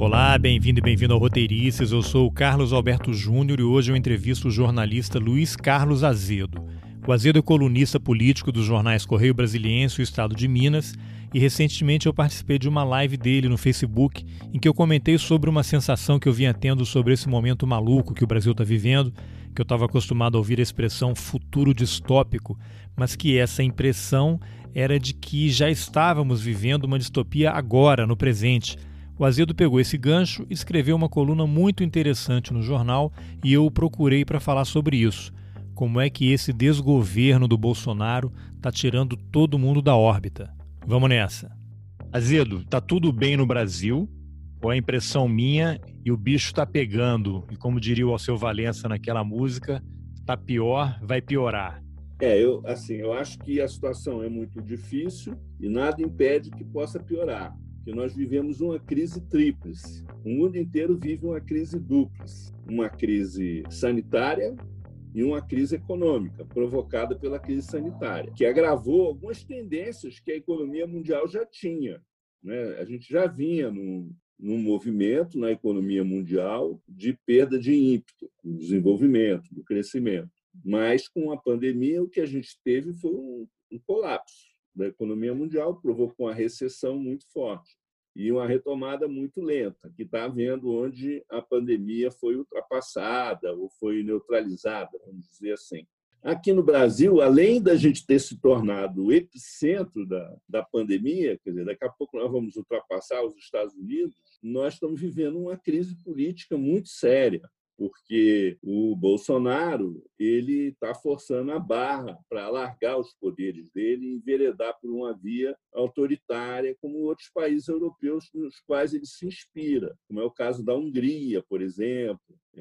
Olá, bem-vindo e bem-vindo ao Roteiristas. Eu sou o Carlos Alberto Júnior e hoje eu entrevisto o jornalista Luiz Carlos Azedo. O Azedo é colunista político dos jornais Correio Brasiliense e o Estado de Minas, e recentemente eu participei de uma live dele no Facebook em que eu comentei sobre uma sensação que eu vinha tendo sobre esse momento maluco que o Brasil está vivendo, que eu estava acostumado a ouvir a expressão futuro distópico, mas que essa impressão era de que já estávamos vivendo uma distopia agora, no presente. O Azedo pegou esse gancho e escreveu uma coluna muito interessante no jornal e eu o procurei para falar sobre isso. Como é que esse desgoverno do Bolsonaro está tirando todo mundo da órbita? Vamos nessa. Azedo, tá tudo bem no Brasil? Ou é impressão minha e o bicho está pegando? E como diria o Alceu Valença naquela música, tá pior, vai piorar. Eu acho que a situação é muito difícil e nada impede que possa piorar. Que nós vivemos uma crise tríplice. O mundo inteiro vive uma crise dúplice. Uma crise sanitária e uma crise econômica, provocada pela crise sanitária, que agravou algumas tendências que a economia mundial já tinha, né? A gente já vinha num movimento na economia mundial de perda de ímpeto, do desenvolvimento, do crescimento. Mas, com a pandemia, o que a gente teve foi um colapso da economia mundial, provocou uma recessão muito forte e uma retomada muito lenta, que está havendo onde a pandemia foi ultrapassada ou foi neutralizada, vamos dizer assim. Aqui no Brasil, além da gente ter se tornado o epicentro da pandemia, quer dizer, daqui a pouco nós vamos ultrapassar os Estados Unidos, nós estamos vivendo uma crise política muito séria, porque o Bolsonaro ele está forçando a barra para alargar os poderes dele e enveredar por uma via autoritária, como outros países europeus nos quais ele se inspira, como é o caso da Hungria, por exemplo,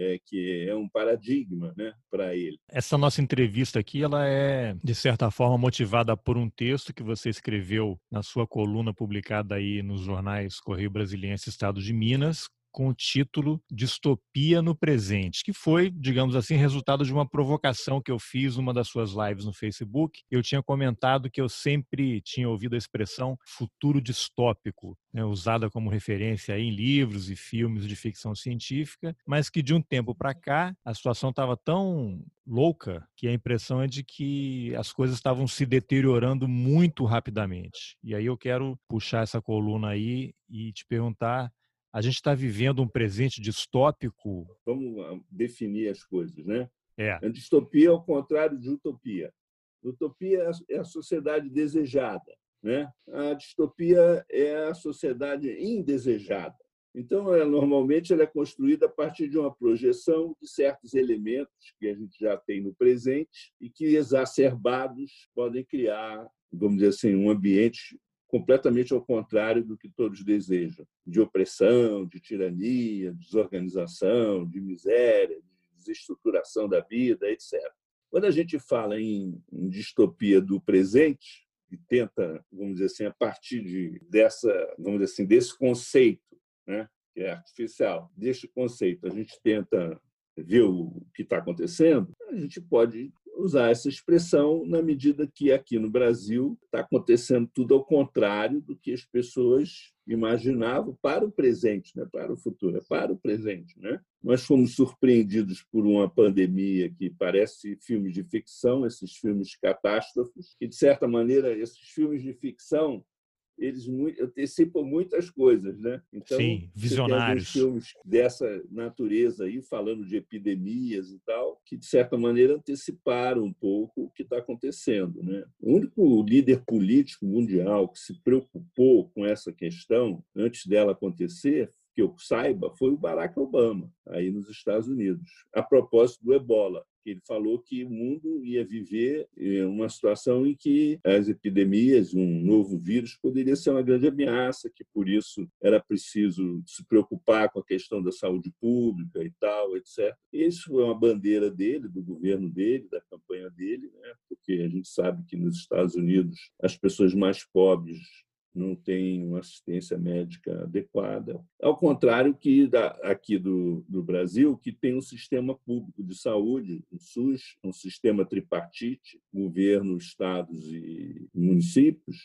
que é um paradigma, né, para ele. Essa nossa entrevista aqui, ela é, de certa forma, motivada por um texto que você escreveu na sua coluna publicada aí nos jornais Correio Brasiliense e Estado de Minas, com o título Distopia no Presente, que foi, digamos assim, resultado de uma provocação que eu fiz numa das suas lives no Facebook. Eu tinha comentado que eu sempre tinha ouvido a expressão futuro distópico, né, usada como referência aí em livros e filmes de ficção científica, mas que de um tempo para cá a situação estava tão louca que a impressão é de que as coisas estavam se deteriorando muito rapidamente. E aí eu quero puxar essa coluna aí e te perguntar: a gente está vivendo um presente distópico? Vamos definir as coisas, né? É. A distopia é o contrário de utopia. Utopia é a sociedade desejada, né? A distopia é a sociedade indesejada. Então, normalmente, ela é construída a partir de uma projeção de certos elementos que a gente já tem no presente e que, exacerbados, podem criar, vamos dizer assim, um ambiente completamente ao contrário do que todos desejam, de opressão, de tirania, de desorganização, de miséria, de desestruturação da vida, etc. Quando a gente fala em distopia do presente, e tenta, vamos dizer assim, a partir desse conceito, né, que é artificial, deste conceito, a gente tenta ver o que está acontecendo, a gente pode usar essa expressão na medida que aqui no Brasil está acontecendo tudo ao contrário do que as pessoas imaginavam para o presente, né? Para o futuro, é para o presente, né? Nós fomos surpreendidos por uma pandemia que parece filmes de ficção, esses filmes de catástrofes, e, de certa maneira, esses filmes de ficção eles antecipam muitas coisas, né? Então, sim, você tem alguns visionários. filmes dessa natureza aí, falando de epidemias e tal, que, de certa maneira, anteciparam um pouco o que está acontecendo, né? O único líder político mundial que se preocupou com essa questão antes dela acontecer, que eu saiba, foi o Barack Obama, aí nos Estados Unidos, a propósito do ebola. Ele falou que o mundo ia viver uma situação em que as epidemias, um novo vírus, poderia ser uma grande ameaça, que por isso era preciso se preocupar com a questão da saúde pública e tal, etc. E isso foi uma bandeira dele, do governo dele, da campanha dele, né? Porque a gente sabe que nos Estados Unidos as pessoas mais pobres não tem uma assistência médica adequada. Ao contrário que aqui do Brasil, que tem um sistema público de saúde, o SUS, um sistema tripartite, governo, estados e municípios,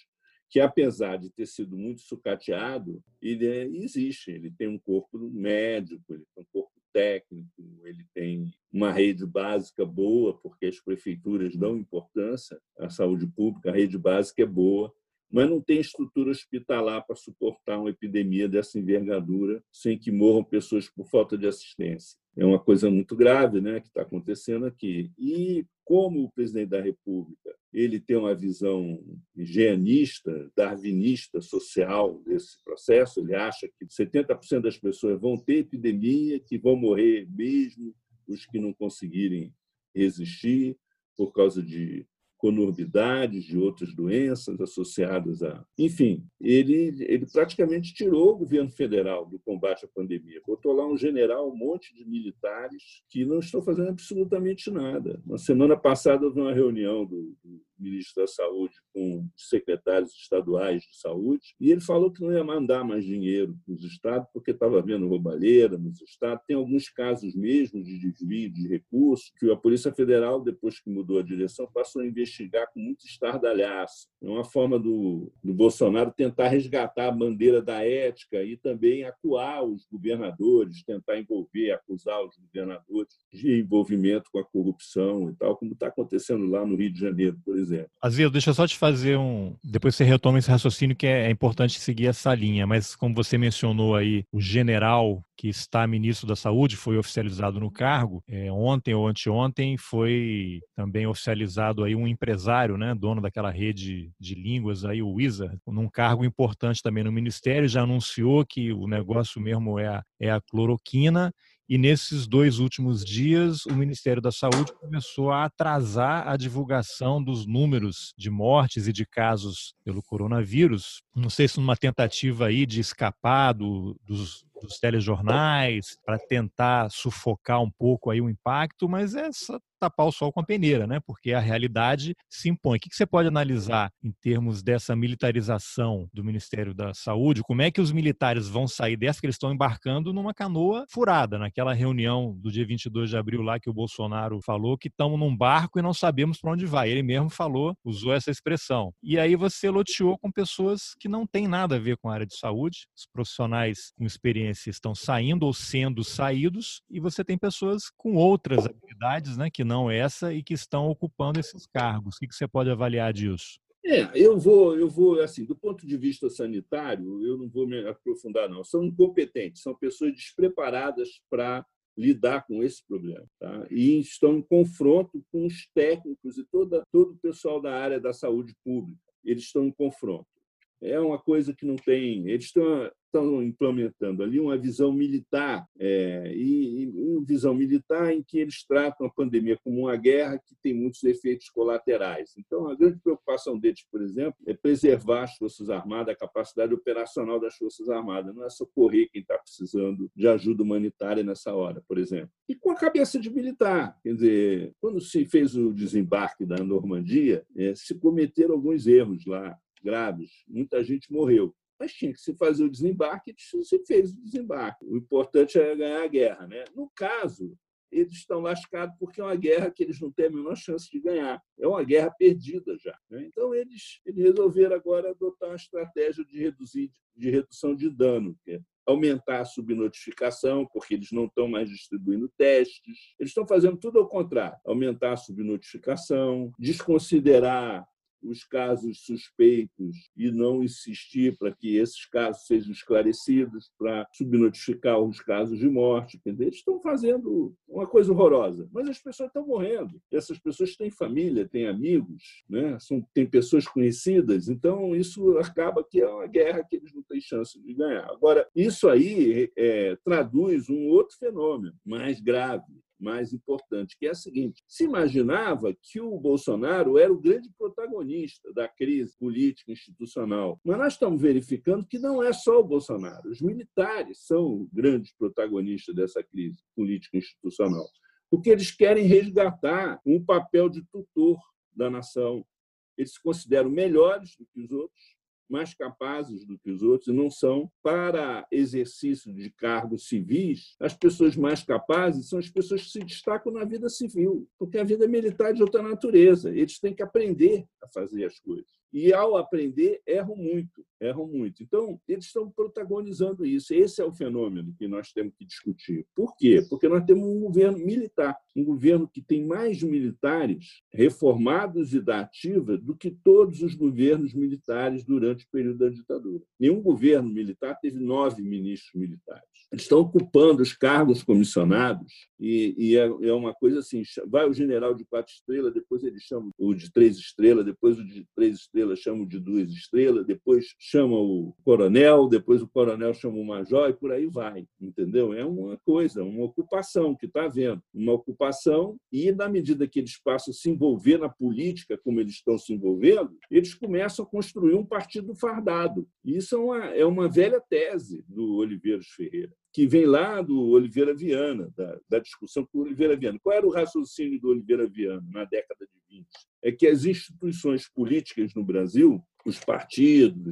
que, apesar de ter sido muito sucateado, ele existe. Ele tem um corpo médico, ele tem um corpo técnico, ele tem uma rede básica boa, porque as prefeituras dão importância à saúde pública, a rede básica é boa, mas não tem estrutura hospitalar para suportar uma epidemia dessa envergadura sem que morram pessoas por falta de assistência. É uma coisa muito grave, né, que está acontecendo aqui. E como o presidente da República ele tem uma visão higienista, darwinista, social desse processo, ele acha que 70% das pessoas vão ter epidemia, que vão morrer mesmo os que não conseguirem resistir por causa de comorbidades, de outras doenças associadas a... Enfim, ele praticamente tirou o governo federal do combate à pandemia. Botou lá um general, um monte de militares que não estão fazendo absolutamente nada. Na semana passada, houve uma reunião do ministro da Saúde com os secretários estaduais de saúde e ele falou que não ia mandar mais dinheiro para os estados porque estava havendo roubalheira nos estados. Tem alguns casos mesmo de desvio de recursos que a Polícia Federal, depois que mudou a direção, passou a investigar com muito estardalhaço. É uma forma do Bolsonaro tentar resgatar a bandeira da ética e também acuar os governadores, tentar acusar os governadores de envolvimento com a corrupção e tal, como está acontecendo lá no Rio de Janeiro, por exemplo. Azevedo, deixa eu só te fazer depois você retoma esse raciocínio que é importante seguir essa linha, mas como você mencionou aí, o general que está ministro da Saúde foi oficializado no cargo, ontem ou anteontem foi também oficializado aí um empresário, né, dono daquela rede de línguas aí, o Wizard, num cargo importante também no Ministério, já anunciou que o negócio mesmo é a cloroquina. E nesses 2 últimos dias, o Ministério da Saúde começou a atrasar a divulgação dos números de mortes e de casos pelo coronavírus. Não sei se numa tentativa aí de escapar dos telejornais, para tentar sufocar um pouco aí o impacto, mas é só tapar o sol com a peneira, né? Porque a realidade se impõe. O que você pode analisar em termos dessa militarização do Ministério da Saúde? Como é que os militares vão sair dessa, que eles estão embarcando numa canoa furada, naquela reunião do dia 22 de abril lá que o Bolsonaro falou que estamos num barco e não sabemos para onde vai. Ele mesmo falou, usou essa expressão. E aí você loteou com pessoas que não têm nada a ver com a área de saúde, os profissionais com experiência estão saindo ou sendo saídos, e você tem pessoas com outras habilidades, né, que não essa, e que estão ocupando esses cargos. O que você pode avaliar disso? Eu vou assim, do ponto de vista sanitário, eu não vou me aprofundar, não. São incompetentes, são pessoas despreparadas para lidar com esse problema, tá? E estão em confronto com os técnicos e todo o pessoal da área da saúde pública. Eles estão em confronto. É uma coisa que não tem... Eles estão implementando ali uma visão militar, e uma visão militar em que eles tratam a pandemia como uma guerra que tem muitos efeitos colaterais. Então, a grande preocupação deles, por exemplo, é preservar as Forças Armadas, a capacidade operacional das Forças Armadas, não é socorrer quem está precisando de ajuda humanitária nessa hora, por exemplo. E com a cabeça de militar. Quer dizer, quando se fez o desembarque da Normandia, se cometeram alguns erros lá, graves, muita gente morreu. Mas tinha que se fazer o desembarque e se fez o desembarque. O importante é ganhar a guerra, né? No caso, eles estão lascados porque é uma guerra que eles não têm a menor chance de ganhar. É uma guerra perdida já, né? Então, eles resolveram agora adotar uma estratégia de redução de dano, que é aumentar a subnotificação, porque eles não estão mais distribuindo testes. Eles estão fazendo tudo ao contrário. Aumentar a subnotificação, desconsiderar os casos suspeitos e não insistir para que esses casos sejam esclarecidos, para subnotificar os casos de morte. Eles estão fazendo uma coisa horrorosa, mas as pessoas estão morrendo. E essas pessoas têm família, têm amigos, né? Têm pessoas conhecidas, então isso acaba que é uma guerra que eles não têm chance de ganhar. Agora, isso aí traduz um outro fenômeno mais grave, mais importante, que é a seguinte: se imaginava que o Bolsonaro era o grande protagonista da crise política institucional, mas nós estamos verificando que não é só o Bolsonaro. Os militares são grandes protagonistas dessa crise política institucional, porque eles querem resgatar um papel de tutor da nação. Eles se consideram melhores do que os outros, mais capazes do que os outros, e não são. Para exercício de cargos civis, as pessoas mais capazes são as pessoas que se destacam na vida civil, porque a vida militar é de outra natureza. Eles têm que aprender a fazer as coisas. e, ao aprender, erram muito. Então, eles estão protagonizando isso. Esse é o fenômeno que nós temos que discutir. Por quê? Porque nós temos um governo militar, um governo que tem mais militares reformados e da ativa do que todos os governos militares durante o período da ditadura. Nenhum governo militar teve 9 ministros militares. Eles estão ocupando os cargos comissionados e é uma coisa assim, vai o general de 4 estrelas, depois eles chamam o de 3 estrelas, depois o de 3 estrelas chamam de 2 estrelas, depois chama o coronel, depois o coronel chama o major e por aí vai, entendeu? É uma coisa, uma ocupação que está havendo, uma ocupação, e na medida que eles passam a se envolver na política como eles estão se envolvendo, eles começam a construir um partido fardado. Isso é uma velha tese do Oliveiras Ferreira, que vem lá do Oliveira Viana, da discussão com o Oliveira Viana. Qual era o raciocínio do Oliveira Viana na década de 20? É que as instituições políticas no Brasil, os partidos,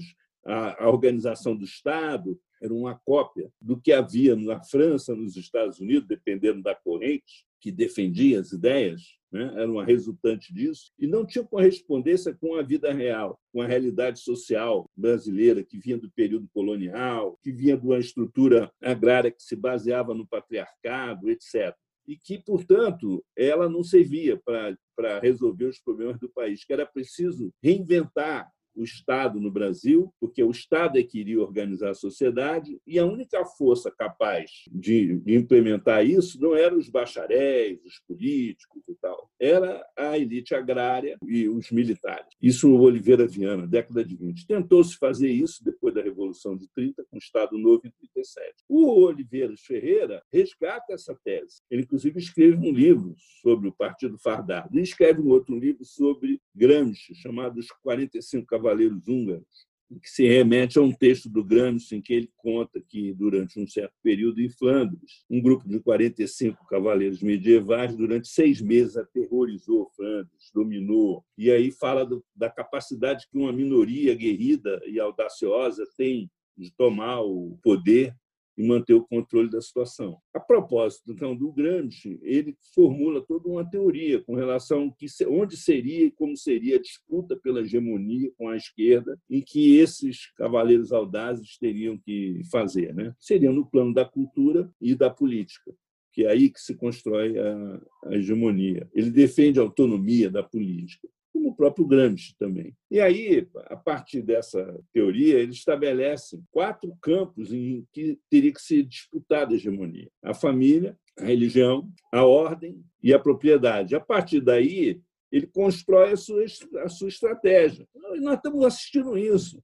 a organização do Estado, era uma cópia do que havia na França, nos Estados Unidos, dependendo da corrente que defendia as ideias, né? Era uma resultante disso, e não tinha correspondência com a vida real, com a realidade social brasileira, que vinha do período colonial, que vinha de uma estrutura agrária que se baseava no patriarcado, etc. E que, portanto, ela não servia para resolver os problemas do país, que era preciso reinventar o Estado no Brasil, porque o Estado é que iria organizar a sociedade, e a única força capaz de implementar isso não eram os bacharéis, os políticos e tal, era a elite agrária e os militares. Isso o Oliveira Viana, década de 20. Tentou-se fazer isso depois da Revolução de 30, com o Estado Novo em 37. O Oliveiras Ferreira resgata essa tese. Ele, inclusive, escreve um livro sobre o Partido Fardado e escreve um outro livro sobre Gramsci, chamado Os 45 Cavaleiros Húngaros, que se remete a um texto do Gramsci em que ele conta que, durante um certo período em Flandres, um grupo de 45 cavaleiros medievais, durante 6 meses, aterrorizou Flandres, dominou. E aí fala da capacidade que uma minoria aguerrida e audaciosa tem de tomar o poder e manter o controle da situação. A propósito, então, do Gramsci, ele formula toda uma teoria com relação a onde seria e como seria a disputa pela hegemonia com a esquerda, em que esses cavaleiros audazes teriam que fazer, né? Seria no plano da cultura e da política, que é aí que se constrói a hegemonia. Ele defende a autonomia da política, como o próprio Gramsci também. E aí, a partir dessa teoria, ele estabelece 4 campos em que teria que ser disputada a hegemonia: a família, a religião, a ordem e a propriedade. A partir daí, ele constrói a sua estratégia. E nós estamos assistindo isso.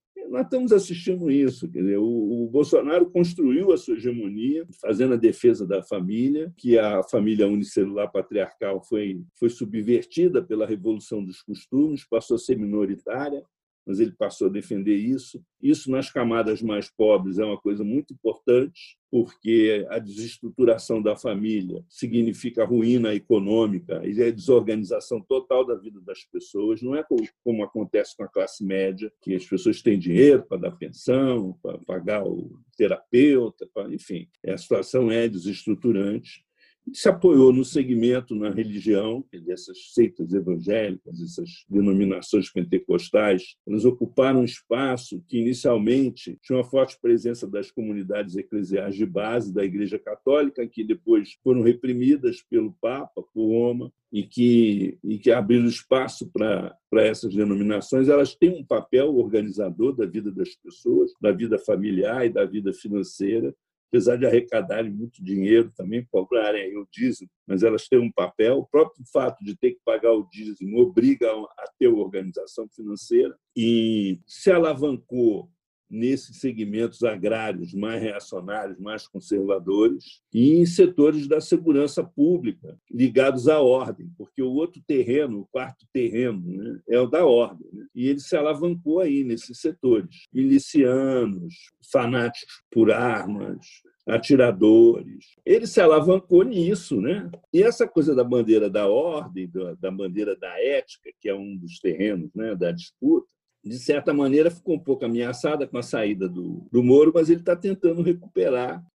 Quer dizer, o Bolsonaro construiu a sua hegemonia, fazendo a defesa da família, que a família unicelular patriarcal foi subvertida pela Revolução dos Costumes, passou a ser minoritária, mas ele passou a defender isso. Isso, nas camadas mais pobres, é uma coisa muito importante, porque a desestruturação da família significa ruína econômica e a desorganização total da vida das pessoas. Não é como acontece com a classe média, que as pessoas têm dinheiro para dar pensão, para pagar o terapeuta, enfim. A situação é desestruturante. Se apoiou no segmento, na religião, dessas seitas evangélicas, essas denominações pentecostais. Elas ocuparam um espaço que, inicialmente, tinha uma forte presença das comunidades eclesiais de base da Igreja Católica, que depois foram reprimidas pelo Papa, por Roma, e que abriram espaço para essas denominações. Elas têm um papel organizador da vida das pessoas, da vida familiar e da vida financeira, apesar de arrecadarem muito dinheiro também, cobrarem o dízimo, mas elas têm um papel. O próprio fato de ter que pagar o dízimo obriga a ter uma organização financeira, e se alavancou nesses segmentos agrários mais reacionários, mais conservadores, e em setores da segurança pública, ligados à ordem, porque o outro terreno, o quarto terreno, né, é o da ordem, né? E ele se alavancou aí nesses setores. Milicianos, fanáticos por armas, atiradores. Ele se alavancou nisso, né? E essa coisa da bandeira da ordem, da bandeira da ética, que é um dos terrenos, né, da disputa, de certa maneira, ficou um pouco ameaçada com a saída do Moro, mas ele está tentando recuperar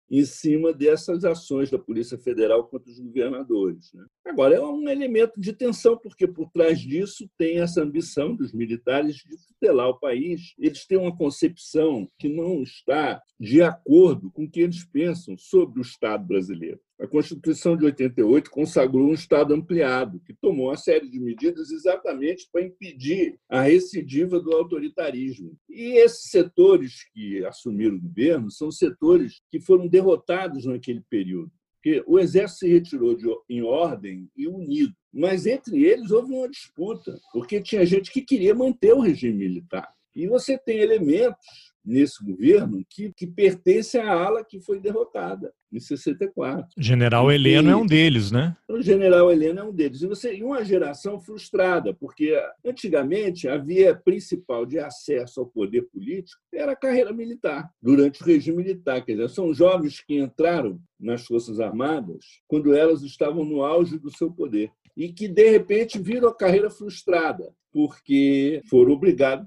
em cima dessas ações da Polícia Federal contra os governadores, né? Agora, é um elemento de tensão, porque por trás disso tem essa ambição dos militares de tutelar o país. Eles têm uma concepção que não está de acordo com o que eles pensam sobre o Estado brasileiro. A Constituição de 88 consagrou um Estado ampliado, que tomou uma série de medidas exatamente para impedir a recidiva do autoritarismo. E esses setores que assumiram o governo são setores que foram derrotados naquele período, porque o Exército se retirou em ordem e unido. Mas entre eles houve uma disputa, porque tinha gente que queria manter o regime militar. E você tem elementos nesse governo que pertencem à ala que foi derrotada em 64. General Heleno é um deles, né? O general Heleno é um deles. E uma geração frustrada, porque antigamente a via principal de acesso ao poder político era a carreira militar, durante o regime militar. Quer dizer, são jovens que entraram nas Forças Armadas quando elas estavam no auge do seu poder e que, de repente, viram a carreira frustrada, porque foram obrigados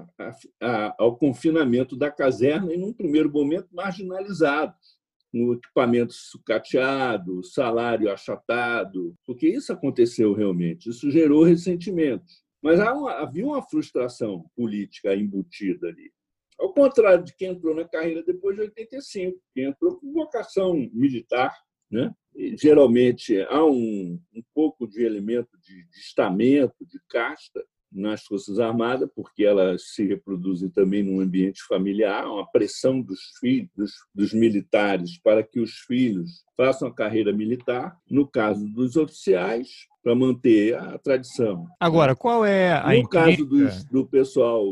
ao confinamento da caserna e, num primeiro momento, marginalizados, no equipamento sucateado, salário achatado, porque isso aconteceu realmente, isso gerou ressentimentos. Mas havia uma frustração política embutida ali. Ao contrário de quem entrou na carreira depois de 85, quem entrou com vocação militar, né? E, geralmente há um pouco de elemento de estamento, de casta, nas Forças Armadas, porque elas se reproduzem também num ambiente familiar, uma pressão dos filhos, dos militares, para que os filhos façam a carreira militar. No caso dos oficiais, para manter a tradição. Agora, qual é a No caso do pessoal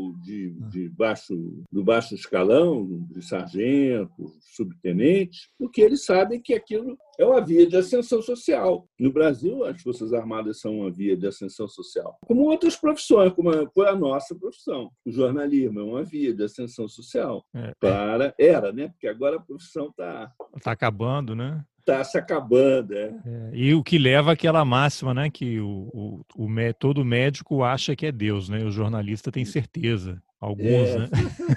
do baixo escalão, de sargentos, subtenentes, porque eles sabem que aquilo é uma via de ascensão social. No Brasil, as Forças Armadas são uma via de ascensão social, como outras profissões, como foi a nossa profissão. O jornalismo é uma via de ascensão social. Era, né? Porque agora a profissão está acabando, né? Está se acabando. E o que leva àquela máxima, né, que todo médico acha que é Deus, né? O jornalista tem certeza. Alguns, né?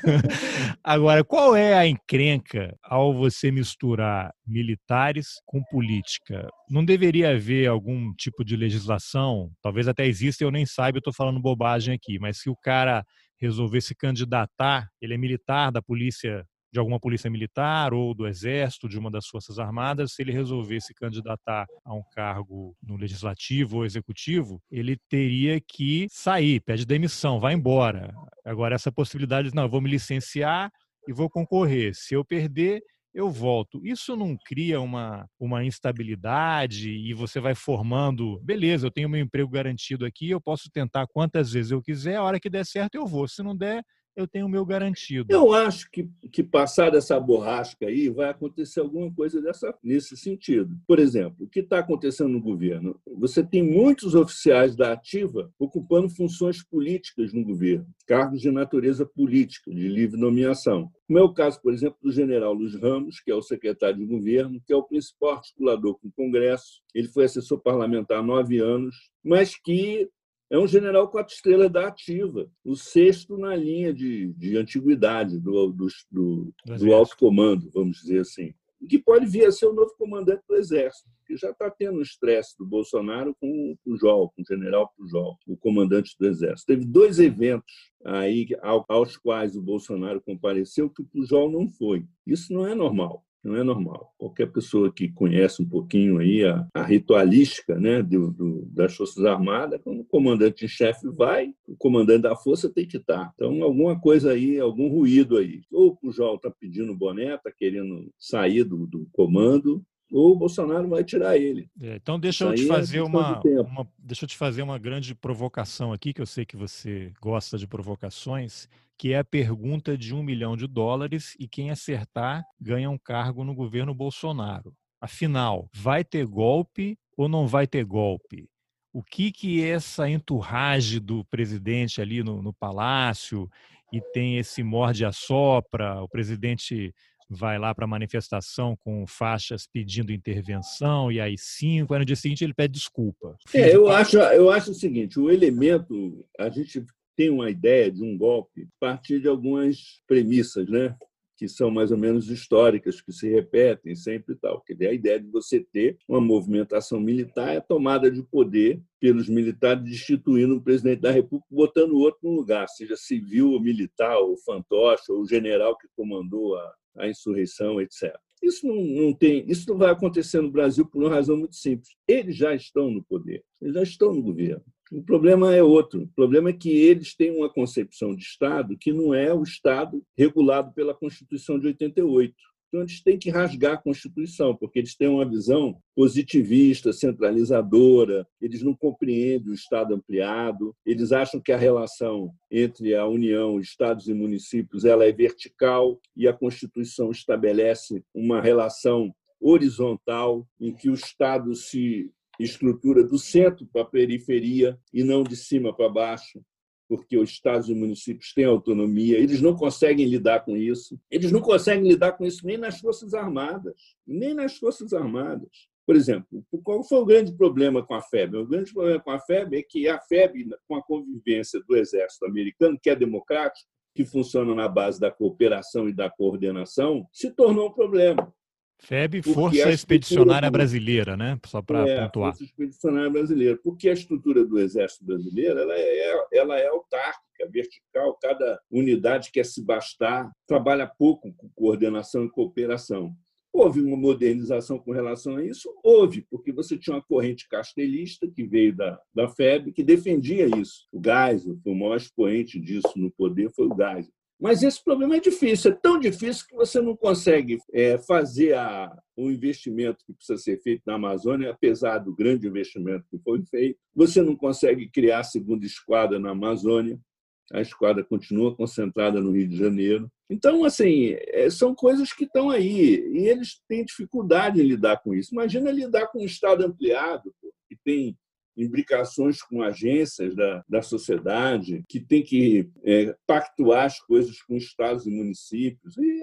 Agora, qual é a encrenca ao você misturar militares com política? Não deveria haver algum tipo de legislação? Talvez até exista, eu nem saiba, eu estou falando bobagem aqui, mas se o cara resolver se candidatar, ele é militar da polícia, de alguma polícia militar ou do Exército, de uma das Forças Armadas, se ele resolver se candidatar a um cargo no Legislativo ou Executivo, ele teria que sair, pede demissão, vai embora. Agora, essa possibilidade de, não, eu vou me licenciar e vou concorrer. Se eu perder, eu volto. Isso não cria uma instabilidade e você vai formando, beleza, eu tenho meu emprego garantido aqui, eu posso tentar quantas vezes eu quiser, a hora que der certo eu vou. Se não der, eu tenho o meu garantido. Eu acho que passada essa borrasca aí, vai acontecer alguma coisa nesse sentido. Por exemplo, o que está acontecendo no governo? Você tem muitos oficiais da ativa ocupando funções políticas no governo, cargos de natureza política, de livre nomeação. Como é o caso, por exemplo, do general Luiz Ramos, que é o secretário de governo, que é o principal articulador com o Congresso. Ele foi assessor parlamentar há 9 anos, mas que é um general 4 estrelas da ativa, o sexto na linha de antiguidade do alto comando, vamos dizer assim, que pode vir a ser o novo comandante do Exército, que já está tendo o estresse do Bolsonaro com o Pujol, com o general Pujol, o comandante do Exército. Teve 2 eventos aí aos quais o Bolsonaro compareceu que o Pujol não foi. Isso não é normal. Não é normal. Qualquer pessoa que conhece um pouquinho aí a ritualística, né, das Forças Armadas, quando o comandante em chefe vai, o comandante da força tem que estar. Então, alguma coisa aí, algum ruído aí. Ou o Pujol está pedindo boné, está querendo sair do comando, ou o Bolsonaro vai tirar ele. Então, deixa eu te fazer uma grande provocação aqui, que eu sei que você gosta de provocações, que é a pergunta de $1 milhão e quem acertar ganha um cargo no governo Bolsonaro. Afinal, vai ter golpe ou não vai ter golpe? O que essa entourage do presidente ali no palácio, e tem esse morde-a-sopra, o presidente vai lá para a manifestação com faixas pedindo intervenção, e aí 5, aí no dia seguinte ele pede desculpa. Eu acho o seguinte, o elemento, a gente tem uma ideia de um golpe a partir de algumas premissas, né? que são mais ou menos históricas, que se repetem sempre e tal. Quer dizer, a ideia de você ter uma movimentação militar é a tomada de poder pelos militares, destituindo o presidente da República, botando o outro no lugar, seja civil ou militar, ou fantoche, ou o general que comandou a insurreição, etc. Isso não vai acontecer no Brasil por uma razão muito simples. Eles já estão no poder, eles já estão no governo. O problema é outro. O problema é que eles têm uma concepção de Estado que não é o Estado regulado pela Constituição de 88. Então, eles têm que rasgar a Constituição, porque eles têm uma visão positivista, centralizadora, eles não compreendem o Estado ampliado, eles acham que a relação entre a União, Estados e municípios, ela é vertical e a Constituição estabelece uma relação horizontal em que o Estado se estrutura do centro para a periferia e não de cima para baixo, porque os estados e municípios têm autonomia, eles não conseguem lidar com isso. Eles não conseguem lidar com isso nem nas Forças Armadas, nem nas Forças Armadas. Por exemplo, qual foi o grande problema com a FEB? O grande problema com a FEB é que a FEB, com a convivência do Exército americano, que é democrático, que funciona na base da cooperação e da coordenação, se tornou um problema. FEB, Força Expedicionária Brasileira, né? Só para pontuar. Força Expedicionária Brasileira, porque a estrutura do Exército Brasileiro ela é autárquica, vertical, cada unidade quer se bastar, trabalha pouco com coordenação e cooperação. Houve uma modernização com relação a isso? Houve, porque você tinha uma corrente castelista que veio da FEB, que defendia isso. O Geisel, o maior expoente disso no poder foi o Geisel. Mas esse problema é difícil, é tão difícil que você não consegue fazer o investimento que precisa ser feito na Amazônia, apesar do grande investimento que foi feito. Você não consegue criar a segunda esquadra na Amazônia, a esquadra continua concentrada no Rio de Janeiro. Então, assim, são coisas que estão aí, e eles têm dificuldade em lidar com isso. Imagina lidar com um Estado ampliado, que tem imbricações com agências da sociedade, que tem que pactuar as coisas com estados e municípios. E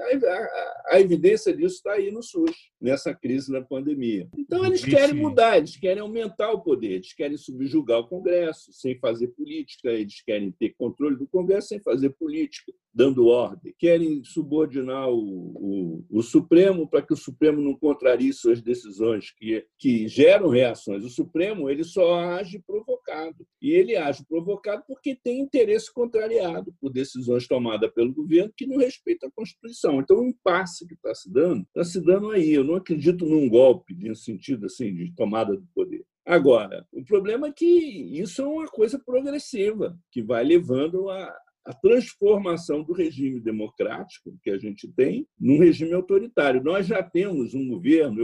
a evidência disso está aí no SUS, nessa crise da pandemia. Então, eles querem mudar, eles querem aumentar o poder, eles querem subjugar o Congresso sem fazer política, eles querem ter controle do Congresso sem fazer política, dando ordem. Querem subordinar o Supremo para que o Supremo não contrarie suas decisões que geram reações. O Supremo ele só age provocado. E ele age provocado porque tem interesse contrariado por decisões tomadas pelo governo que não respeitam a Constituição. Então, o impasse que está se dando aí. Eu não acredito num golpe, no sentido assim, de tomada do poder. Agora, o problema é que isso é uma coisa progressiva, que vai levando a transformação do regime democrático que a gente tem num regime autoritário. Nós já temos um governo,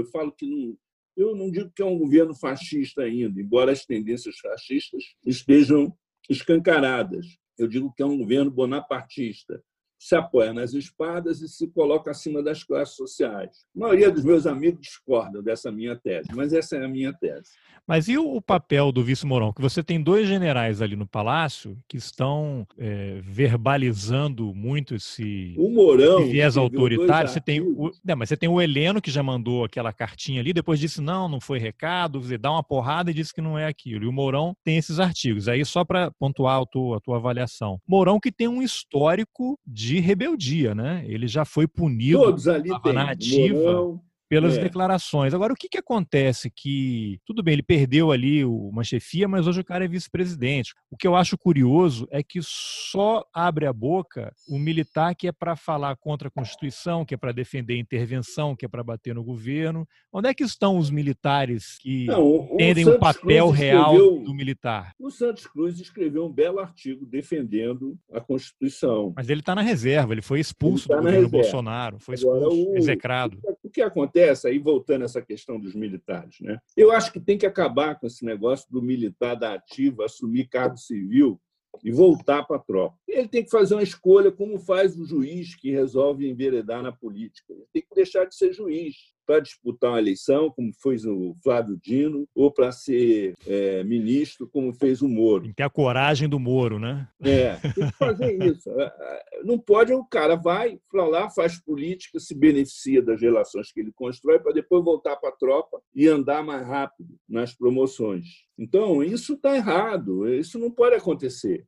eu não digo que é um governo fascista ainda, embora as tendências fascistas estejam escancaradas. Eu digo que é um governo bonapartista, se apoia nas espadas e se coloca acima das classes sociais. A maioria dos meus amigos discordam dessa minha tese, mas essa é a minha tese. Mas e o papel do vice Mourão? Que você tem dois generais ali no Palácio que estão verbalizando muito esse viés autoritário. Mas você tem o Heleno, que já mandou aquela cartinha ali, depois disse não foi recado, você dá uma porrada e disse que não é aquilo. E o Mourão tem esses artigos. Aí, só para pontuar a tua avaliação. Mourão que tem um histórico de rebeldia, né? Ele já foi punido. Todos ali têm. Na ativa pelas declarações. Agora, o que acontece que, tudo bem, ele perdeu ali uma chefia, mas hoje o cara é vice-presidente. O que eu acho curioso é que só abre a boca o militar que é para falar contra a Constituição, que é para defender a intervenção, que é para bater no governo. Onde é que estão os militares que entendem o papel real do militar? O Santos Cruz escreveu um belo artigo defendendo a Constituição. Mas ele está na reserva, ele foi expulso do governo Bolsonaro, foi expulso, execrado. O que acontece, aí voltando a essa questão dos militares, né? Eu acho que tem que acabar com esse negócio do militar da ativa assumir cargo civil e voltar para a tropa. Ele tem que fazer uma escolha como faz o juiz que resolve enveredar na política. Ele tem que deixar de ser juiz para disputar uma eleição, como fez o Flávio Dino, ou para ser ministro, como fez o Moro. Tem que ter a coragem do Moro, né? Tem que fazer isso. Não pode, o cara vai para lá, faz política, se beneficia das relações que ele constrói para depois voltar para a tropa e andar mais rápido nas promoções. Então, isso está errado, isso não pode acontecer.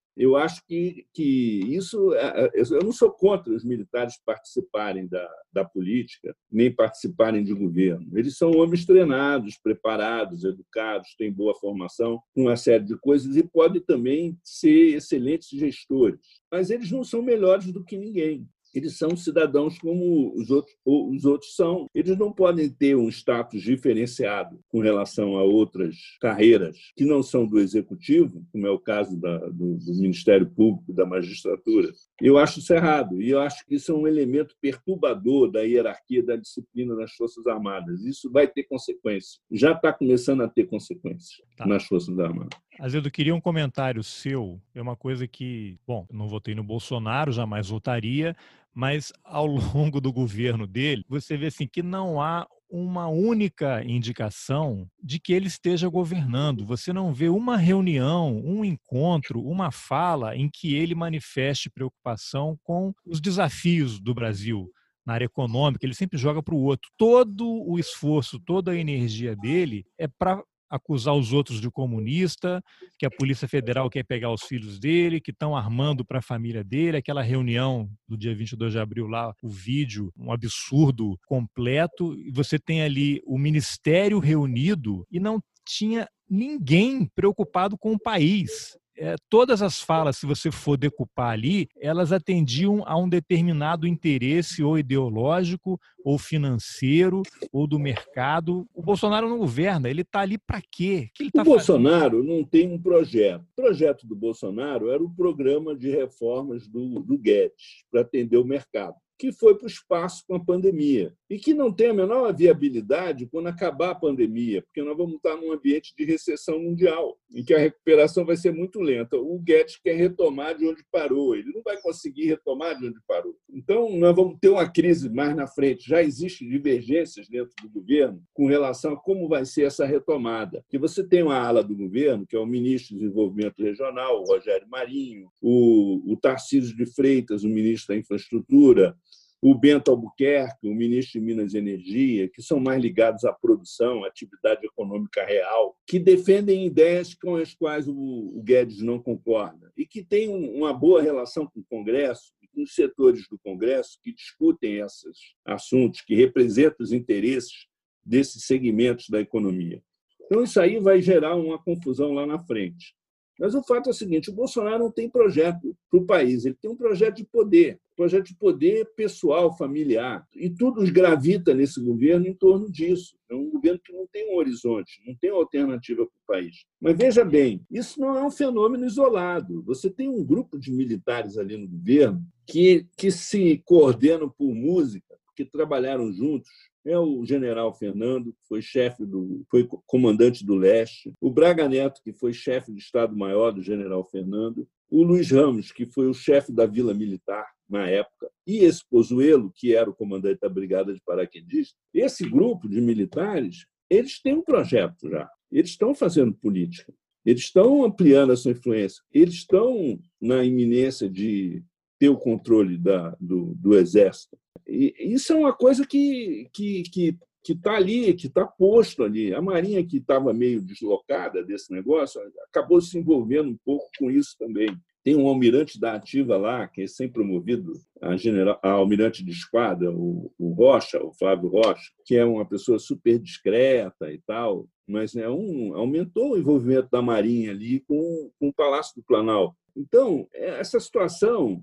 Eu acho que isso... Eu não sou contra os militares participarem da política, nem participarem de governo. Eles são homens treinados, preparados, educados, têm boa formação, uma série de coisas, e podem também ser excelentes gestores. Mas eles não são melhores do que ninguém. Eles são cidadãos como os outros são. Eles não podem ter um status diferenciado com relação a outras carreiras que não são do executivo, como é o caso do Ministério Público, da magistratura. Eu acho isso errado. E eu acho que isso é um elemento perturbador da hierarquia da disciplina das Forças Armadas. Isso vai ter consequências. Já está começando a ter consequências nas Forças Armadas. Azedo, queria um comentário seu. É uma coisa que, bom, eu não votei no Bolsonaro, jamais votaria, mas ao longo do governo dele, você vê assim que não há uma única indicação de que ele esteja governando. Você não vê uma reunião, um encontro, uma fala em que ele manifeste preocupação com os desafios do Brasil na área econômica. Ele sempre joga para o outro. Todo o esforço, toda a energia dele é para acusar os outros de comunista, que a Polícia Federal quer pegar os filhos dele, que estão armando para a família dele. Aquela reunião do dia 22 de abril lá, o vídeo, um absurdo completo. E você tem ali o Ministério reunido e não tinha ninguém preocupado com o país. Todas as falas, se você for decupar ali, elas atendiam a um determinado interesse ou ideológico, ou financeiro, ou do mercado. O Bolsonaro não governa, ele está ali para quê? O que ele tá fazendo? Bolsonaro não tem um projeto. O projeto do Bolsonaro era o programa de reformas do Guedes para atender o mercado, que foi para o espaço com a pandemia e que não tem a menor viabilidade quando acabar a pandemia, porque nós vamos estar num ambiente de recessão mundial, em que a recuperação vai ser muito lenta. O Guedes quer retomar de onde parou, ele não vai conseguir retomar de onde parou. Então, nós vamos ter uma crise mais na frente. Já existem divergências dentro do governo com relação a como vai ser essa retomada. Porque você tem uma ala do governo, que é o ministro do Desenvolvimento Regional, o Rogério Marinho, o Tarcísio de Freitas, o ministro da Infraestrutura, o Bento Albuquerque, o ministro de Minas e Energia, que são mais ligados à produção, à atividade econômica real, que defendem ideias com as quais o Guedes não concorda e que têm uma boa relação com o Congresso e com os setores do Congresso que discutem esses assuntos, que representam os interesses desses segmentos da economia. Então, isso aí vai gerar uma confusão lá na frente. Mas o fato é o seguinte, o Bolsonaro não tem projeto para o país, ele tem um projeto de poder pessoal, familiar, e tudo gravita nesse governo em torno disso. É um governo que não tem um horizonte, não tem uma alternativa para o país. Mas veja bem, isso não é um fenômeno isolado. Você tem um grupo de militares ali no governo que se coordenam por música, que trabalharam juntos. É o general Fernando, que foi comandante do Leste, o Braga Neto, que foi chefe de Estado-Maior do general Fernando, o Luiz Ramos, que foi o chefe da Vila Militar na época, e esse Pozuelo, que era o comandante da Brigada de Paraquedistas. Esse grupo de militares, eles têm um projeto já, eles estão fazendo política, eles estão ampliando a sua influência, eles estão na iminência de ter o controle do Exército. E isso é uma coisa que está ali, que está posto ali. A Marinha, que estava meio deslocada desse negócio, acabou se envolvendo um pouco com isso também. Tem um almirante da ativa lá, que é sempre promovido a almirante de esquadra, o Rocha, o Flávio Rocha, que é uma pessoa super discreta e tal, mas aumentou o envolvimento da Marinha ali com o Palácio do Planalto. Então, essa situação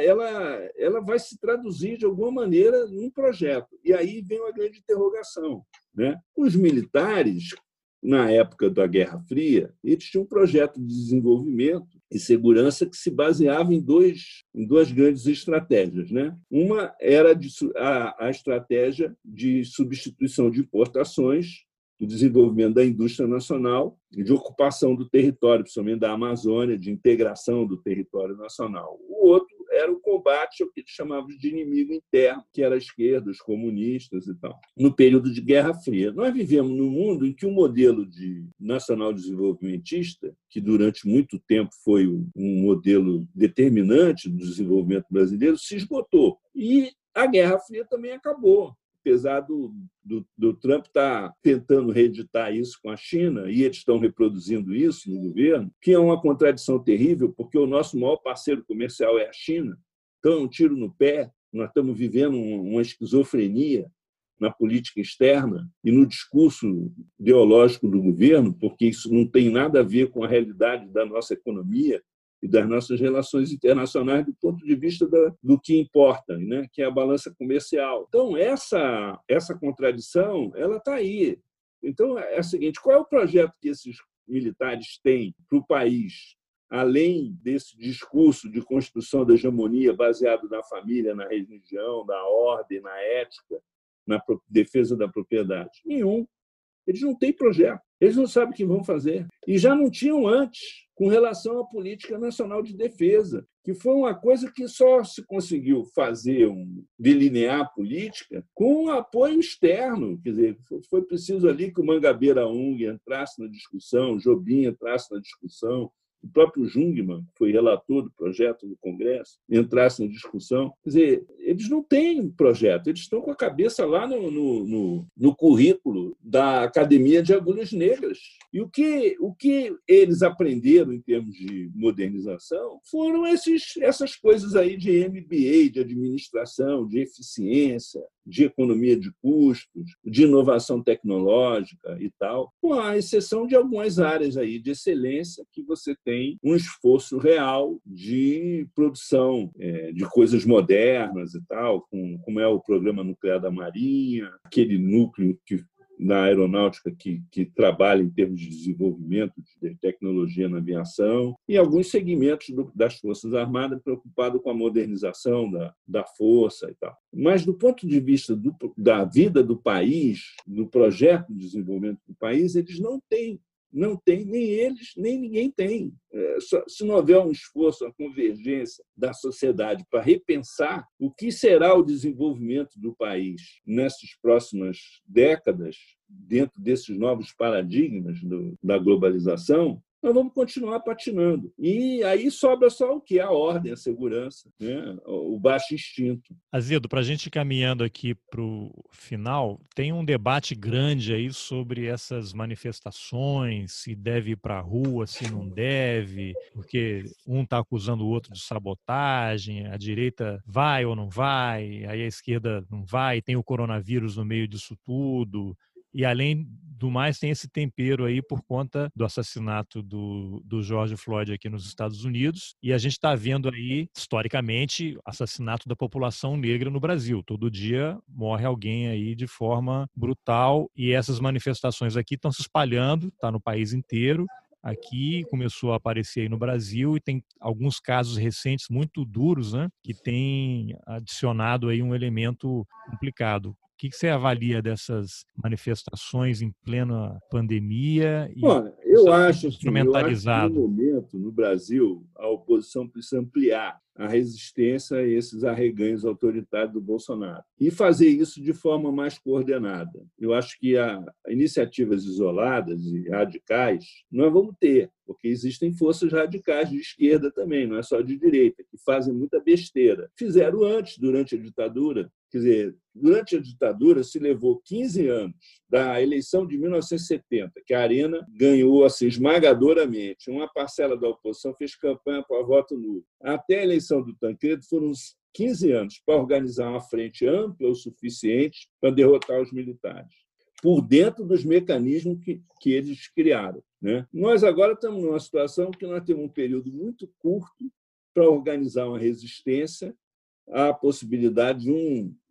ela vai se traduzir de alguma maneira num projeto. E aí vem uma grande interrogação, né? Os militares, na época da Guerra Fria, eles tinham um projeto de desenvolvimento e segurança que se baseava em duas grandes estratégias, né? Uma era a estratégia de substituição de importações, do desenvolvimento da indústria nacional e de ocupação do território, principalmente da Amazônia, de integração do território nacional. O outro era o combate ao que eles chamavam de inimigo interno, que era a esquerda, os comunistas e tal, no período de Guerra Fria. Nós vivemos num mundo em que o modelo nacional desenvolvimentista, que durante muito tempo foi um modelo determinante do desenvolvimento brasileiro, se esgotou. E a Guerra Fria também acabou. apesar do Trump estar tentando reeditar isso com a China, e eles estão reproduzindo isso no governo, que é uma contradição terrível, porque o nosso maior parceiro comercial é a China. Então, é um tiro no pé. Nós estamos vivendo uma esquizofrenia na política externa e no discurso ideológico do governo, porque isso não tem nada a ver com a realidade da nossa economia e das nossas relações internacionais do ponto de vista do que importa, né? Que é a balança comercial. Então, essa contradição ela está aí. Então, é o seguinte, qual é o projeto que esses militares têm para o país, além desse discurso de construção da hegemonia baseado na família, na religião, na ordem, na ética, na defesa da propriedade? Nenhum. Eles não têm projeto, eles não sabem o que vão fazer. E já não tinham antes, com relação à política nacional de defesa, que foi uma coisa que só se conseguiu fazer, delinear a política com um apoio externo. Quer dizer, foi preciso ali que o Mangabeira Ung entrasse na discussão, o Jobim entrasse na discussão, o próprio Jungmann, que foi relator do projeto no Congresso, entrasse na discussão. Quer dizer, eles não têm projeto, eles estão com a cabeça lá no currículo da Academia de Agulhas Negras. E o que eles aprenderam em termos de modernização foram essas coisas aí de MBA, de administração, de eficiência, de economia de custos, de inovação tecnológica e tal, com a exceção de algumas áreas aí de excelência que você tem um esforço real de produção de coisas modernas e tal, como é o programa nuclear da Marinha, aquele núcleo na aeronáutica que trabalha em termos de desenvolvimento de tecnologia na aviação, e alguns segmentos das Forças Armadas preocupados com a modernização da força e tal. Mas, do ponto de vista da vida do país, do projeto de desenvolvimento do país, eles não têm. Não tem, nem eles, nem ninguém tem. Se não houver um esforço, uma convergência da sociedade para repensar o que será o desenvolvimento do país nessas próximas décadas, dentro desses novos paradigmas da globalização, nós vamos continuar patinando. E aí sobra só o que? A ordem, a segurança, né? O baixo instinto. Azedo, para a gente ir caminhando aqui para o final, tem um debate grande aí sobre essas manifestações, se deve ir para a rua, se não deve, porque um está acusando o outro de sabotagem, a direita vai ou não vai, aí a esquerda não vai, tem o coronavírus no meio disso tudo. E, além do mais, tem esse tempero aí por conta do assassinato do George Floyd aqui nos Estados Unidos. E a gente está vendo aí, historicamente, assassinato da população negra no Brasil. Todo dia morre alguém aí de forma brutal. E essas manifestações aqui estão se espalhando, está no país inteiro. Aqui começou a aparecer aí no Brasil e tem alguns casos recentes muito duros, né, que tem adicionado aí um elemento complicado. O que você avalia dessas manifestações em plena pandemia e Olha, eu acho que instrumentalizado? no momento, no Brasil, a oposição precisa ampliar a resistência a esses arreganhos autoritários do Bolsonaro e fazer isso de forma mais coordenada. Eu acho que iniciativas isoladas e radicais nós vamos ter, porque existem forças radicais de esquerda também, não é só de direita, que fazem muita besteira. Fizeram antes, durante a ditadura. Quer dizer, durante a ditadura se levou 15 anos da eleição de 1970, que a Arena ganhou assim, esmagadoramente. Uma parcela da oposição fez campanha para voto nulo. Até a eleição do Tancredo foram 15 anos para organizar uma frente ampla o suficiente para derrotar os militares, por dentro dos mecanismos que eles criaram, né? Nós agora estamos numa situação que nós temos um período muito curto para organizar uma resistência à possibilidade de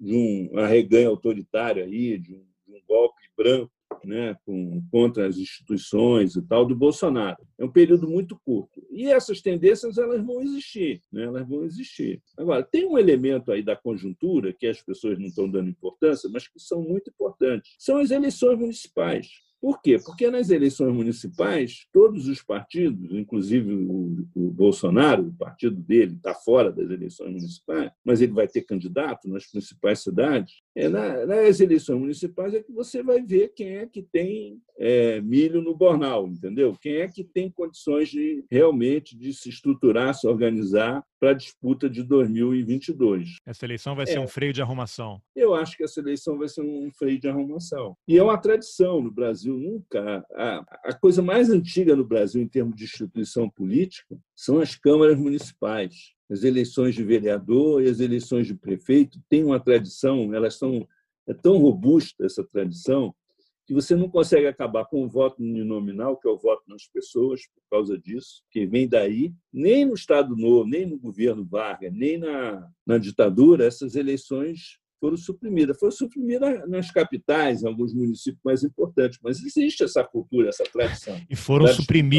um arreganho autoritário aí, de um golpe branco, né, contra as instituições e tal do Bolsonaro. É um período muito curto. E essas tendências elas vão existir, né? Elas vão existir. Agora, tem um elemento aí da conjuntura que as pessoas não estão dando importância, mas que são muito importantes. São as eleições municipais. Por quê? Porque nas eleições municipais, todos os partidos, inclusive o Bolsonaro, o partido dele está fora das eleições municipais, mas ele vai ter candidato nas principais cidades. Nas eleições municipais é que você vai ver quem é que tem milho no bornal, entendeu? Quem é que tem condições de realmente de se estruturar, se organizar para a disputa de 2022. Essa eleição vai ser um freio de arrumação. Eu acho que essa eleição vai ser um freio de arrumação. E é uma tradição no Brasil. Nunca a coisa mais antiga no Brasil, em termos de instituição política, são as câmaras municipais. As eleições de vereador e as eleições de prefeito têm uma tradição, é tão robusta essa tradição, que você não consegue acabar com o voto uninominal, que é o voto nas pessoas, por causa disso, que vem daí. Nem no Estado Novo, nem no governo Vargas, nem na ditadura, essas eleições foram suprimidas. Foram suprimidas nas capitais, em alguns municípios mais importantes, mas existe essa cultura, essa tradição. E foram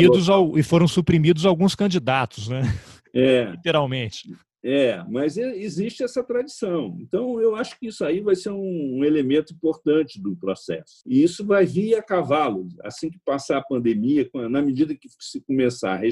suprimidos alguns candidatos, né? Literalmente. Mas existe essa tradição. Então, eu acho que isso aí vai ser um elemento importante do processo. E isso vai vir a cavalo. Assim que passar a pandemia, na medida que se começar a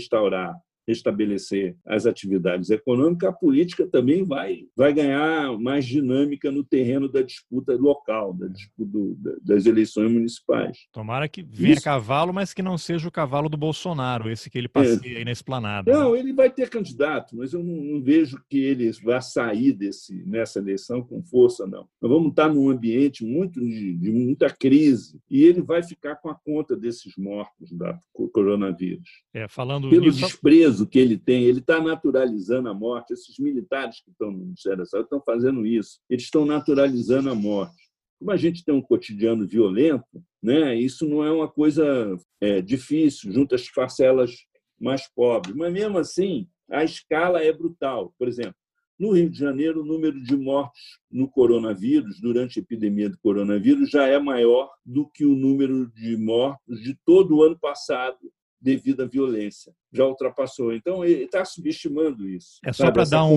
restabelecer as atividades econômicas, a política também vai ganhar mais dinâmica no terreno da disputa local, da disputa das eleições municipais. Tomara que venha a cavalo, mas que não seja o cavalo do Bolsonaro, esse que ele passeia aí na esplanada. Não, ele vai ter candidato, mas eu não vejo que ele vá sair nessa eleição com força, não. Nós vamos estar num ambiente de muita crise e ele vai ficar com a conta desses mortos do coronavírus. Pelo desprezo que ele tem, ele está naturalizando a morte. Esses militares que estão no Ministério da Saúde estão fazendo isso. Eles estão naturalizando a morte. Como a gente tem um cotidiano violento, né, isso não é uma coisa difícil, junto às parcelas mais pobres. Mas, mesmo assim, a escala é brutal. Por exemplo, no Rio de Janeiro, o número de mortos no coronavírus, durante a epidemia do coronavírus, já é maior do que o número de mortos de todo o ano passado, devido à violência. Já ultrapassou. Então, ele está subestimando isso. Só para dar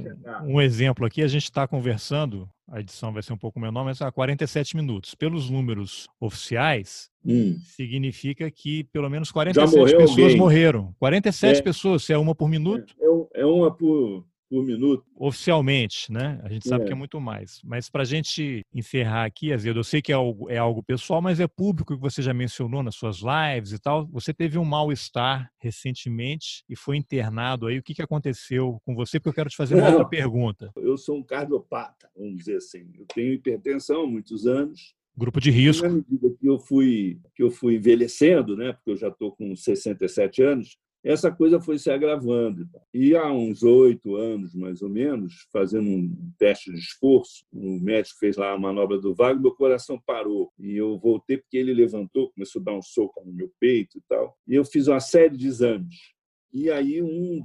um exemplo aqui, a gente está conversando, a edição vai ser um pouco menor, mas há 47 minutos. Pelos números oficiais, significa que pelo menos 47 pessoas morreram. 47 pessoas, se é uma por minuto? É uma por minuto. Oficialmente, né? A gente sabe que é muito mais. Mas para a gente encerrar aqui, Azedo, eu sei que é algo pessoal, mas é público, que você já mencionou nas suas lives e tal. Você teve um mal-estar recentemente e foi internado aí. O que aconteceu com você? Porque eu quero te fazer uma outra pergunta. Eu sou um cardiopata, vamos dizer assim. Eu tenho hipertensão há muitos anos. Grupo de risco. Na medida que eu fui envelhecendo, né? Porque eu já estou com 67 anos, essa coisa foi se agravando. E há uns 8 anos, mais ou menos, fazendo um teste de esforço, o médico fez lá a manobra do Wagner, meu coração parou. E eu voltei porque ele levantou, começou a dar um soco no meu peito e tal. E eu fiz uma série de exames. E aí, um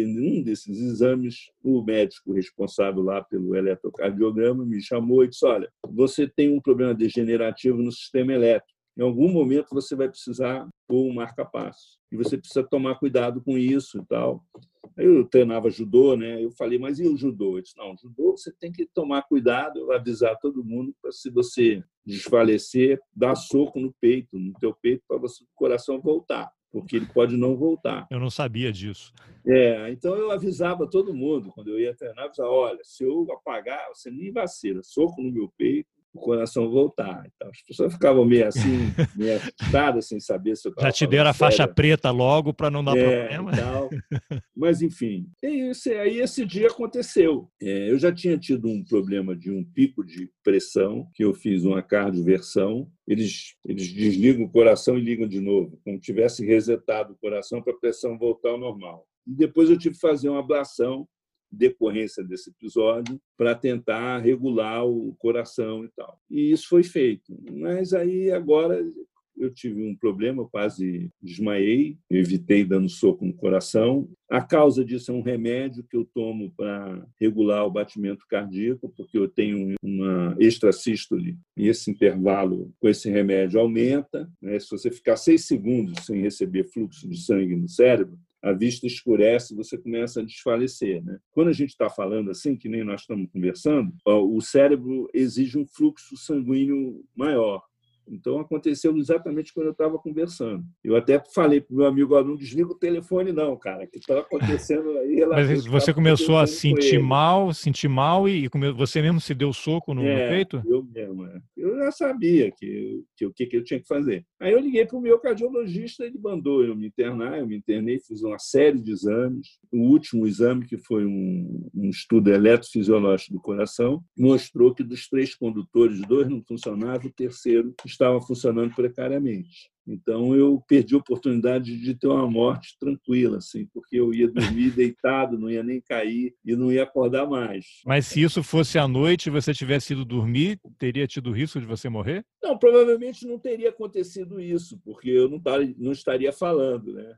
desses exames, o médico responsável lá pelo eletrocardiograma me chamou e disse: olha, você tem um problema degenerativo no sistema elétrico. Em algum momento você vai precisar pôr um marca-passo. E você precisa tomar cuidado com isso e tal. Aí eu treinava judô, né? Eu falei, mas e o judô? Eu disse, não, o judô você tem que tomar cuidado, avisar todo mundo para, se você desfalecer, dar soco no teu peito, para o coração voltar, porque ele pode não voltar. Eu não sabia disso. Então eu avisava todo mundo, quando eu ia treinar, eu avisava, olha, se eu apagar, você nem vacila, soco no meu peito, o coração voltar. Então, as pessoas ficavam meio assim, meio assustadas, sem saber se eu estava. Já te deram a faixa preta logo para não dar problema. Tal. Mas, enfim, aí esse dia aconteceu. Eu já tinha tido um problema de um pico de pressão, que eu fiz uma cardioversão. Eles desligam o coração e ligam de novo, como se tivesse resetado o coração para a pressão voltar ao normal. E depois eu tive que fazer uma ablação, decorrência desse episódio, para tentar regular o coração e tal. E isso foi feito. Mas aí agora eu tive um problema, eu quase desmaiei, eu evitei dando soco no coração. A causa disso é um remédio que eu tomo para regular o batimento cardíaco, porque eu tenho uma extrasístole e esse intervalo com esse remédio aumenta, né? Se você ficar 6 segundos sem receber fluxo de sangue no cérebro, a vista escurece e você começa a desfalecer, né? Quando a gente está falando assim, que nem nós estamos conversando, o cérebro exige um fluxo sanguíneo maior. Então, aconteceu exatamente quando eu estava conversando. Eu até falei para o meu amigo, não desliga o telefone não, cara, que está acontecendo aí. Mas você começou a sentir mal e você mesmo se deu soco no peito? Eu mesmo. Eu já sabia o que eu tinha que fazer. Aí eu liguei para o meu cardiologista, ele mandou eu me internar, eu me internei, fiz uma série de exames. O último exame, que foi um estudo eletrofisiológico do coração, mostrou que dos 3 condutores, 2 não funcionavam, o terceiro estava funcionando precariamente. Então, eu perdi a oportunidade de ter uma morte tranquila, assim, porque eu ia dormir deitado, não ia nem cair e não ia acordar mais. Mas se isso fosse à noite e você tivesse ido dormir, teria tido risco de você morrer? Não, provavelmente não teria acontecido isso, porque eu não estaria falando, né?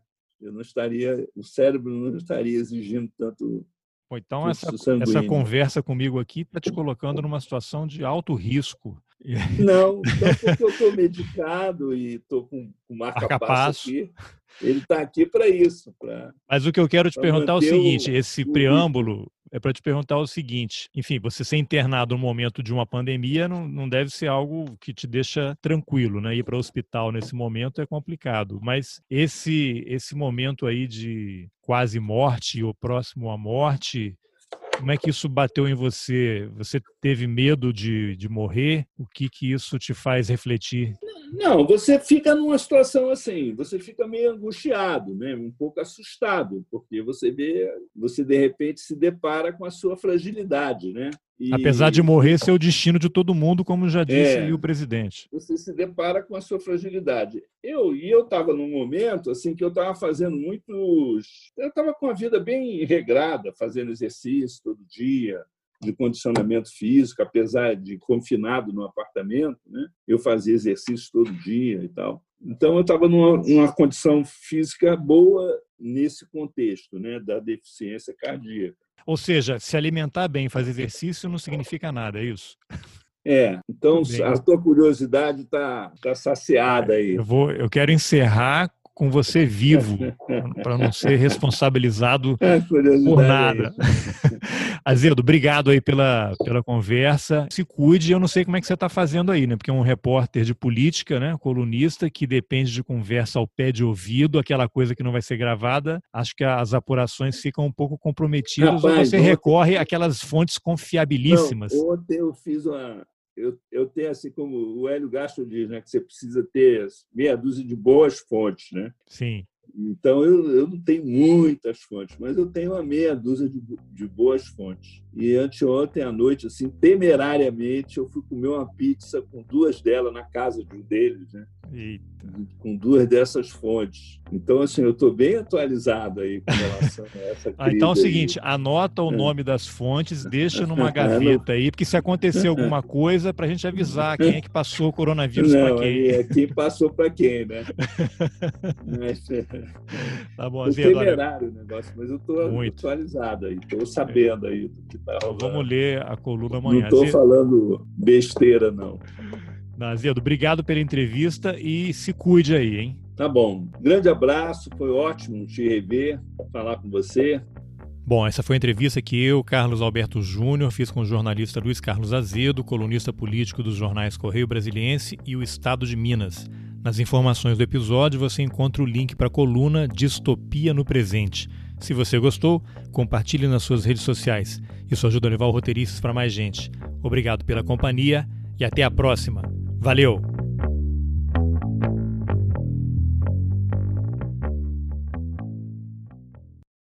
O cérebro não estaria exigindo tanto. Então, essa conversa comigo aqui está te colocando numa situação de alto risco. Não, porque eu estou medicado e estou com marca-passo aqui. Ele está aqui para isso. Mas o que eu quero te perguntar é o seguinte, esse preâmbulo é para te perguntar o seguinte, enfim, você ser internado no momento de uma pandemia não deve ser algo que te deixa tranquilo, né? Ir para o hospital nesse momento é complicado, mas esse momento aí de quase morte ou próximo à morte, como é que isso bateu em você? Você teve medo de morrer? O que isso te faz refletir? Não, você fica numa situação assim, você fica meio angustiado, né? Um pouco assustado, porque você de repente se depara com a sua fragilidade, né? Apesar de morrer ser o destino de todo mundo, como já disse o presidente. Você se depara com a sua fragilidade. Eu estava num momento assim que eu estava fazendo eu estava com a vida bem regrada, fazendo exercício todo dia, de condicionamento físico, apesar de confinado no apartamento, né? Eu fazia exercício todo dia e tal. Então, eu estava numa condição física boa nesse contexto, né, da deficiência cardíaca. Ou seja, se alimentar bem e fazer exercício não significa nada, é isso? Então a tua curiosidade está saciada aí. Eu quero encerrar com você vivo, para não ser responsabilizado por nada. Azedo, obrigado aí pela conversa. Se cuide, eu não sei como é que você está fazendo aí, né? Porque é um repórter de política, né? Colunista, que depende de conversa ao pé de ouvido, aquela coisa que não vai ser gravada. Acho que as apurações ficam um pouco comprometidas. Rapaz, ou você recorre àquelas fontes confiabilíssimas. Não, ontem eu fiz eu tenho, assim como o Hélio Gastro diz, né, que você precisa ter meia dúzia de boas fontes, né? Sim. Então, eu não tenho muitas fontes, mas eu tenho uma meia dúzia de boas fontes. E anteontem à noite, assim, temerariamente, eu fui comer uma pizza com 2 delas na casa de um deles, né? Eita. Com 2 dessas fontes. Então, assim, eu estou bem atualizado aí com relação a essa crise. Então é o seguinte, anota o nome das fontes, deixa numa gaveta aí, porque se acontecer alguma coisa, para a gente avisar quem é que passou o coronavírus para quem. É quem passou para quem, né? Mas, tá bom, Azedo. É temerário o negócio, mas eu estou atualizado aí, estou sabendo aí do que está rolando. Vamos ler a coluna amanhã. Não estou falando besteira, não. Azedo, obrigado pela entrevista e se cuide aí, hein? Tá bom. Grande abraço, foi ótimo te rever, falar com você. Bom, essa foi a entrevista que eu, Carlos Alberto Júnior, fiz com o jornalista Luiz Carlos Azedo, colunista político dos jornais Correio Brasiliense e o Estado de Minas. Nas informações do episódio você encontra o link para a coluna Distopia no Presente. Se você gostou, compartilhe nas suas redes sociais. Isso ajuda a levar o Roteiristas para mais gente. Obrigado pela companhia e até a próxima. Valeu!